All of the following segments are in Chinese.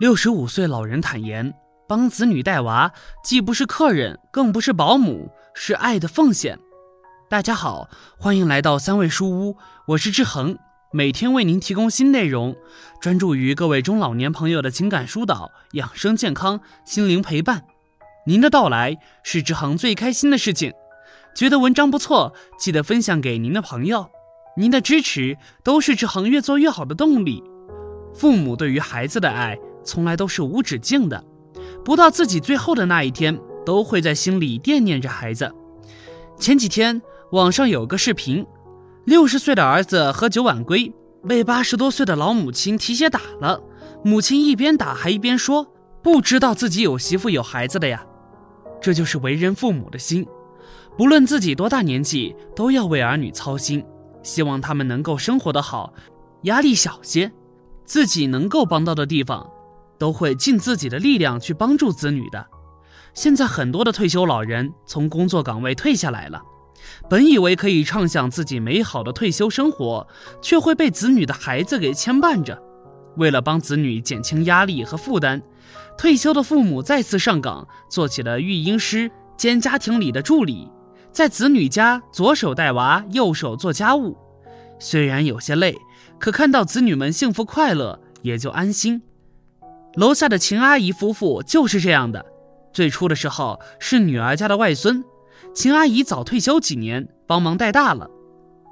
65岁老人坦言，帮子女带娃既不是客人，更不是保姆，是爱的奉献。大家好，欢迎来到三味书屋，我是志恒，每天为您提供新内容，专注于各位中老年朋友的情感疏导、养生健康、心灵陪伴。您的到来是志恒最开心的事情，觉得文章不错，记得分享给您的朋友。您的支持都是志恒越做越好的动力。父母对于孩子的爱从来都是无止境的，不到自己最后的那一天，都会在心里惦念着孩子。前几天网上有个视频，60岁的儿子喝酒晚归，被80多岁的老母亲提鞋打了，母亲一边打还一边说，不知道自己有媳妇有孩子的呀。这就是为人父母的心，不论自己多大年纪，都要为儿女操心，希望他们能够生活得好，压力小些，自己能够帮到的地方都会尽自己的力量去帮助子女的。现在很多的退休老人从工作岗位退下来了，本以为可以畅享自己美好的退休生活，却会被子女的孩子给牵绊着。为了帮子女减轻压力和负担，退休的父母再次上岗，做起了育婴师兼家庭里的助理，在子女家左手带娃，右手做家务。虽然有些累，可看到子女们幸福快乐，也就安心。楼下的秦阿姨夫妇就是这样的，最初的时候是女儿家的外孙，秦阿姨早退休几年，帮忙带大了，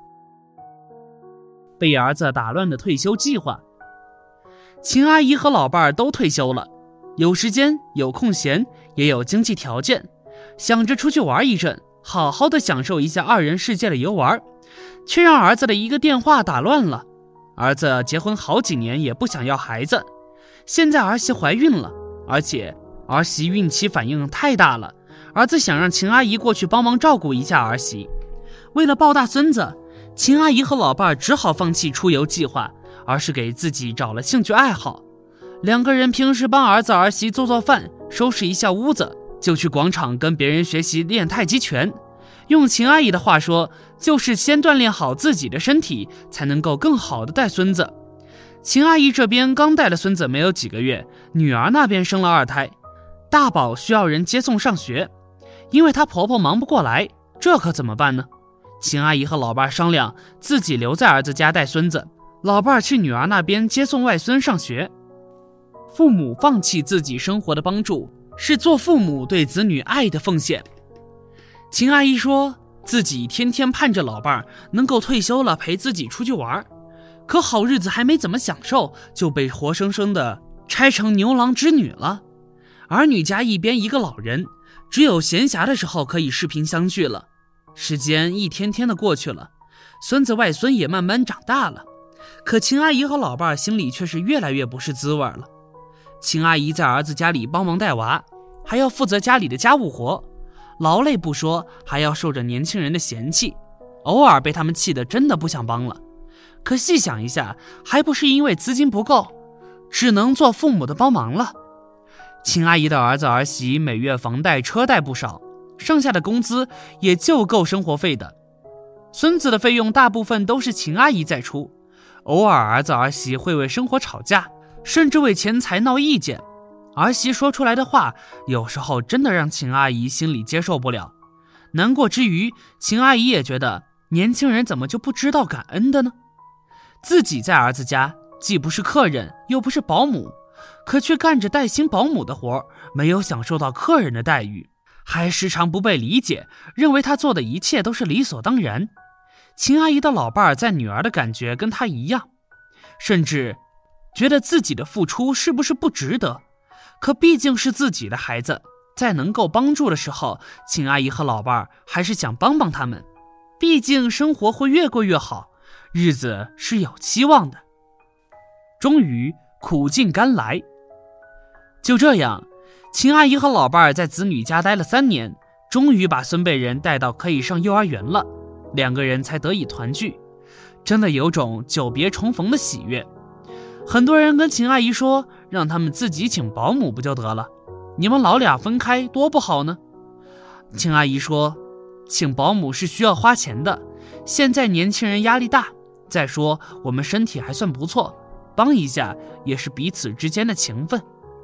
被儿子打乱的退休计划。秦阿姨和老伴儿都退休了，有时间有空闲，也有经济条件，想着出去玩一阵，好好的享受一下二人世界的游玩，却让儿子的一个电话打乱了。儿子结婚好几年也不想要孩子，现在儿媳怀孕了，而且儿媳孕期反应太大了，儿子想让秦阿姨过去帮忙照顾一下儿媳。为了抱大孙子，秦阿姨和老伴只好放弃出游计划，而是给自己找了兴趣爱好。两个人平时帮儿子儿媳做做饭，收拾一下屋子，就去广场跟别人学习练太极拳。用秦阿姨的话说，就是先锻炼好自己的身体，才能够更好的带孙子。秦阿姨这边刚带了孙子没有几个月，女儿那边生了2胎，大宝需要人接送上学，因为她婆婆忙不过来，这可怎么办呢？秦阿姨和老伴商量，自己留在儿子家带孙子，老伴去女儿那边接送外孙上学。父母放弃自己生活的帮助，是做父母对子女爱的奉献。秦阿姨说，自己天天盼着老伴能够退休了陪自己出去玩，可好日子还没怎么享受，就被活生生的拆成牛郎织女了。儿女家一边一个老人，只有闲暇的时候可以视频相聚了。时间一天天的过去了，孙子外孙也慢慢长大了，可秦阿姨和老伴心里却是越来越不是滋味了。秦阿姨在儿子家里帮忙带娃，还要负责家里的家务活，劳累不说，还要受着年轻人的嫌弃，偶尔被他们气得真的不想帮了。可细想一下，还不是因为资金不够，只能做父母的帮忙了。秦阿姨的儿子儿媳每月房贷车贷不少，剩下的工资也就够生活费的。孙子的费用大部分都是秦阿姨在出，偶尔儿子儿媳会为生活吵架，甚至为钱财闹意见。儿媳说出来的话，有时候真的让秦阿姨心里接受不了。难过之余，秦阿姨也觉得年轻人怎么就不知道感恩的呢？自己在儿子家既不是客人，又不是保姆，可却干着带薪保姆的活，没有享受到客人的待遇，还时常不被理解，认为她做的一切都是理所当然。秦阿姨的老伴在女儿的感觉跟她一样，甚至觉得自己的付出是不是不值得。可毕竟是自己的孩子，在能够帮助的时候，秦阿姨和老伴还是想帮帮他们，毕竟生活会越过越好，日子是有期望的。终于苦尽甘来。就这样，秦阿姨和老伴在子女家待了3年，终于把孙辈人带到可以上幼儿园了，两个人才得以团聚，真的有种久别重逢的喜悦。很多人跟秦阿姨说，让他们自己请保姆不就得了，你们老俩分开多不好呢。秦阿姨说，请保姆是需要花钱的，现在年轻人压力大，再说我们身体还算不错，帮一下也是彼此之间的情分。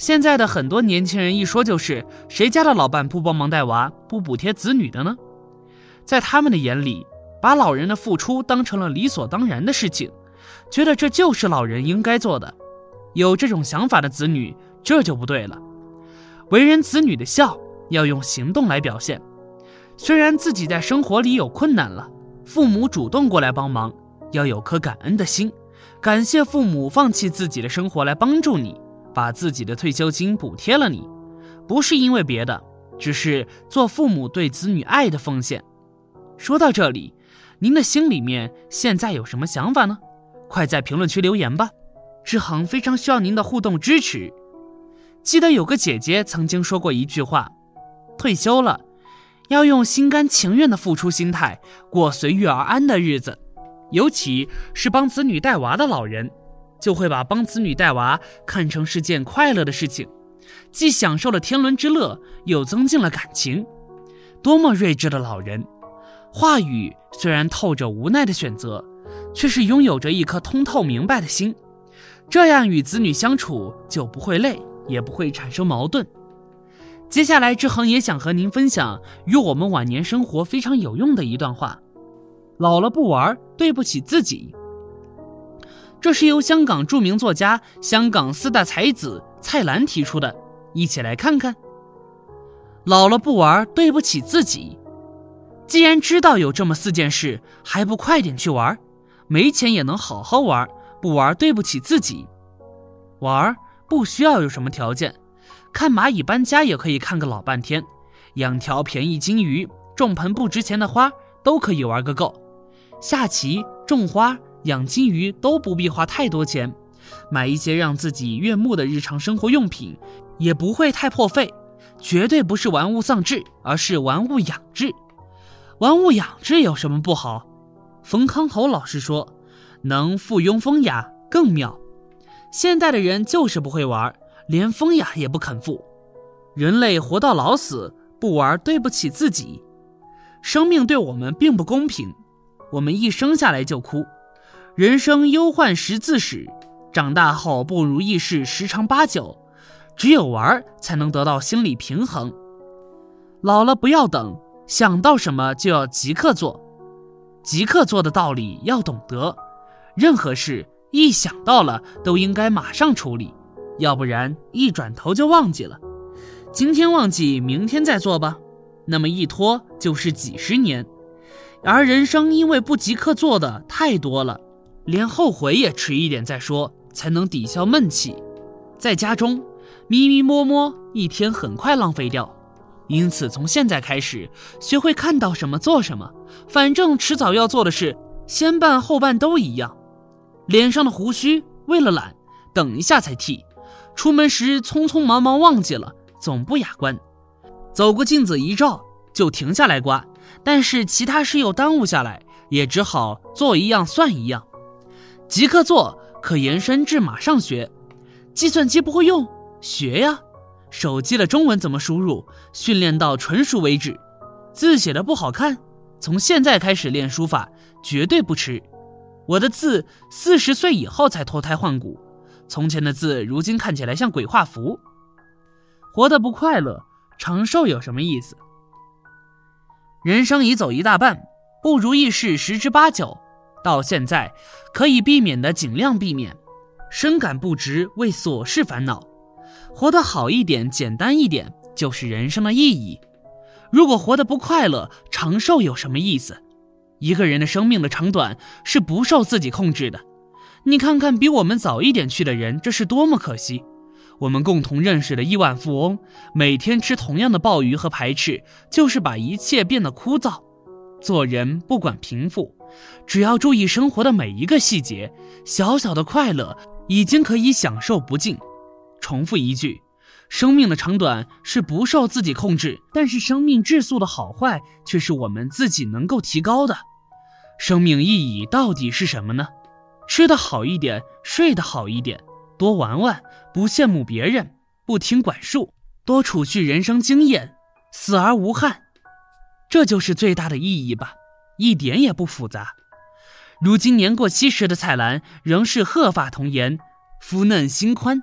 现在的很多年轻人一说就是谁家的老伴不帮忙带娃，不补贴子女的呢？在他们的眼里，把老人的付出当成了理所当然的事情，觉得这就是老人应该做的。有这种想法的子女，这就不对了。为人子女的孝，要用行动来表现。虽然自己在生活里有困难了，父母主动过来帮忙，要有颗感恩的心，感谢父母放弃自己的生活来帮助你，把自己的退休金补贴了你，不是因为别的，只是做父母对子女爱的奉献。说到这里，您的心里面现在有什么想法呢？快在评论区留言吧，志恒非常需要您的互动支持。记得有个姐姐曾经说过一句话，退休了，要用心甘情愿的付出心态，过随遇而安的日子。尤其是帮子女带娃的老人，就会把帮子女带娃看成是件快乐的事情，既享受了天伦之乐，又增进了感情。多么睿智的老人！话语虽然透着无奈的选择，却是拥有着一颗通透明白的心，这样与子女相处就不会累，也不会产生矛盾。接下来志恒也想和您分享与我们晚年生活非常有用的一段话：老了不玩，对不起自己。这是由香港著名作家、香港4大才子蔡澜提出的，一起来看看。老了不玩，对不起自己。既然知道有这么4件事，还不快点去玩？没钱也能好好玩，不玩对不起自己。玩不需要有什么条件，看蚂蚁搬家也可以看个老半天，养条便宜金鱼，种盆不值钱的花都可以玩个够。下棋、种花、养金鱼都不必花太多钱，买一些让自己悦目的日常生活用品也不会太破费，绝对不是玩物丧志，而是玩物养志。玩物养志有什么不好？冯康侯老师说，能附庸风雅更妙。现代的人就是不会玩，连风雅也不肯附。人类活到老死，不玩对不起自己。生命对我们并不公平，我们一生下来就哭，人生忧患10自始，长大后不如意事10常8九，只有玩才能得到心理平衡。老了不要等，想到什么就要即刻做，即刻做的道理要懂得，任何事一想到了都应该马上处理，要不然一转头就忘记了。今天忘记，明天再做吧，那么一拖就是几十年。而人生因为不即刻做的太多了，连后悔也迟一点再说，才能抵消闷气。在家中迷迷摸摸，一天很快浪费掉。因此从现在开始，学会看到什么做什么，反正迟早要做的事，先办后办都一样。脸上的胡须为了懒，等一下才剃，出门时匆匆忙忙忘记了，总不雅观。走过镜子一照就停下来刮，但是其他事又耽误下来，也只好做一样算一样。即刻做可延伸至马上学。计算机不会用，学呀。手机的中文怎么输入，训练到纯熟为止。字写的不好看，从现在开始练书法，绝对不迟。我的字40岁以后才脱胎换骨，从前的字如今看起来像鬼画符。活得不快乐，长寿有什么意思？人生已走一大半，不如意事10之8九，到现在可以避免的尽量避免，深感不值，为琐事烦恼。活得好一点，简单一点，就是人生的意义。如果活得不快乐，长寿有什么意思？一个人的生命的长短是不受自己控制的。你看看比我们早一点去的人，这是多么可惜。我们共同认识的亿万富翁，每天吃同样的鲍鱼和排翅，就是把一切变得枯燥。做人不管贫富，只要注意生活的每一个细节，小小的快乐已经可以享受不尽。重复一句，生命的长短是不受自己控制，但是生命质素的好坏却是我们自己能够提高的。生命意义到底是什么呢？吃得好一点，睡得好一点，多玩玩，不羡慕别人，不听管束，多储蓄人生经验，死而无憾，这就是最大的意义吧，一点也不复杂。如今年过70的蔡澜仍是鹤发童颜，肤嫩心宽，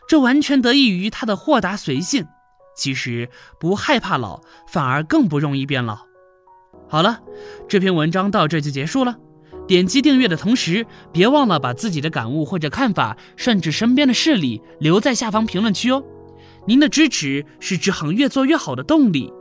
这完全得益于他的豁达随性。其实不害怕老，反而更不容易变老。好了，这篇文章到这就结束了。点击订阅的同时，别忘了把自己的感悟或者看法，甚至身边的事例留在下方评论区哦。您的支持是志恒越做越好的动力。